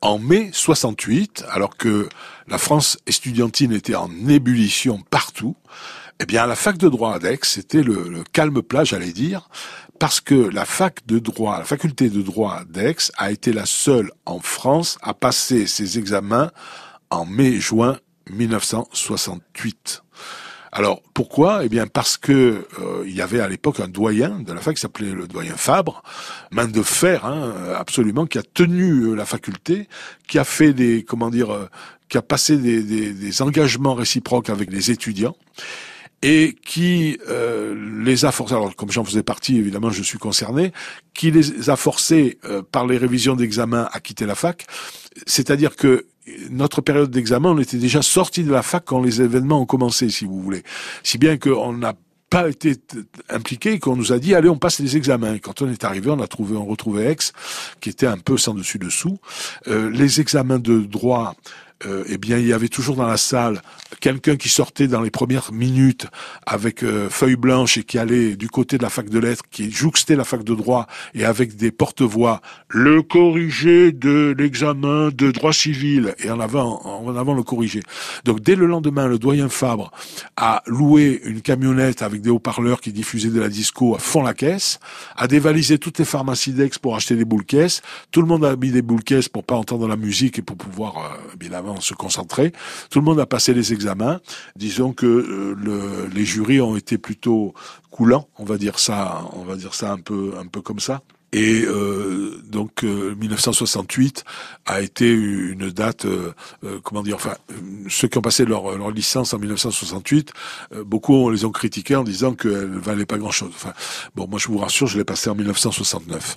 en mai 68, alors que la France estudiantine était en ébullition partout, eh bien, la fac de droit à Dax, c'était le calme plat, j'allais dire, parce que la faculté de droit d'Aix a été la seule en France à passer ses examens en mai-juin 1968. Alors, pourquoi? Eh bien, parce que il y avait à l'époque un doyen de la fac qui s'appelait le doyen Fabre, main de fer, absolument, qui a tenu la faculté, qui a fait qui a passé des engagements réciproques avec les étudiants, et qui les a forcés, alors comme j'en faisais partie, évidemment je suis concerné, qui les a forcés par les révisions d'examen à quitter la fac, c'est-à-dire que notre période d'examen, on était déjà sortis de la fac quand les événements ont commencé, si vous voulez. Si bien qu'on n'a pas été impliqué, qu'on nous a dit allez on passe les examens. Et quand on est arrivé, on retrouvait Aix qui était un peu sans dessus dessous. Les examens de droit, eh bien il y avait toujours dans la salle quelqu'un qui sortait dans les premières minutes avec feuille blanche et qui allait du côté de la fac de lettres, qui jouxtait la fac de droit, et avec des porte-voix le corrigé de l'examen de droit civil, et en avant le corrigé. Donc dès le lendemain, le doyen Fabre a loué une camionnette avec des haut-parleurs qui diffusaient de la disco à fond la caisse, a dévalisé toutes les pharmacies d'Aix pour acheter des boules caisses. Tout le monde a mis des boules caisses pour pas entendre la musique et pour pouvoir évidemment se concentrer. Tout le monde a passé les examens. Disons que les jurys ont été plutôt coulants, on va dire ça un peu comme ça. Et donc 1968 a été une date, ceux qui ont passé leur licence en 1968, beaucoup les ont critiqué en disant qu'elle valait pas grand-chose. Enfin, bon, moi je vous rassure, je l'ai passé en 1969.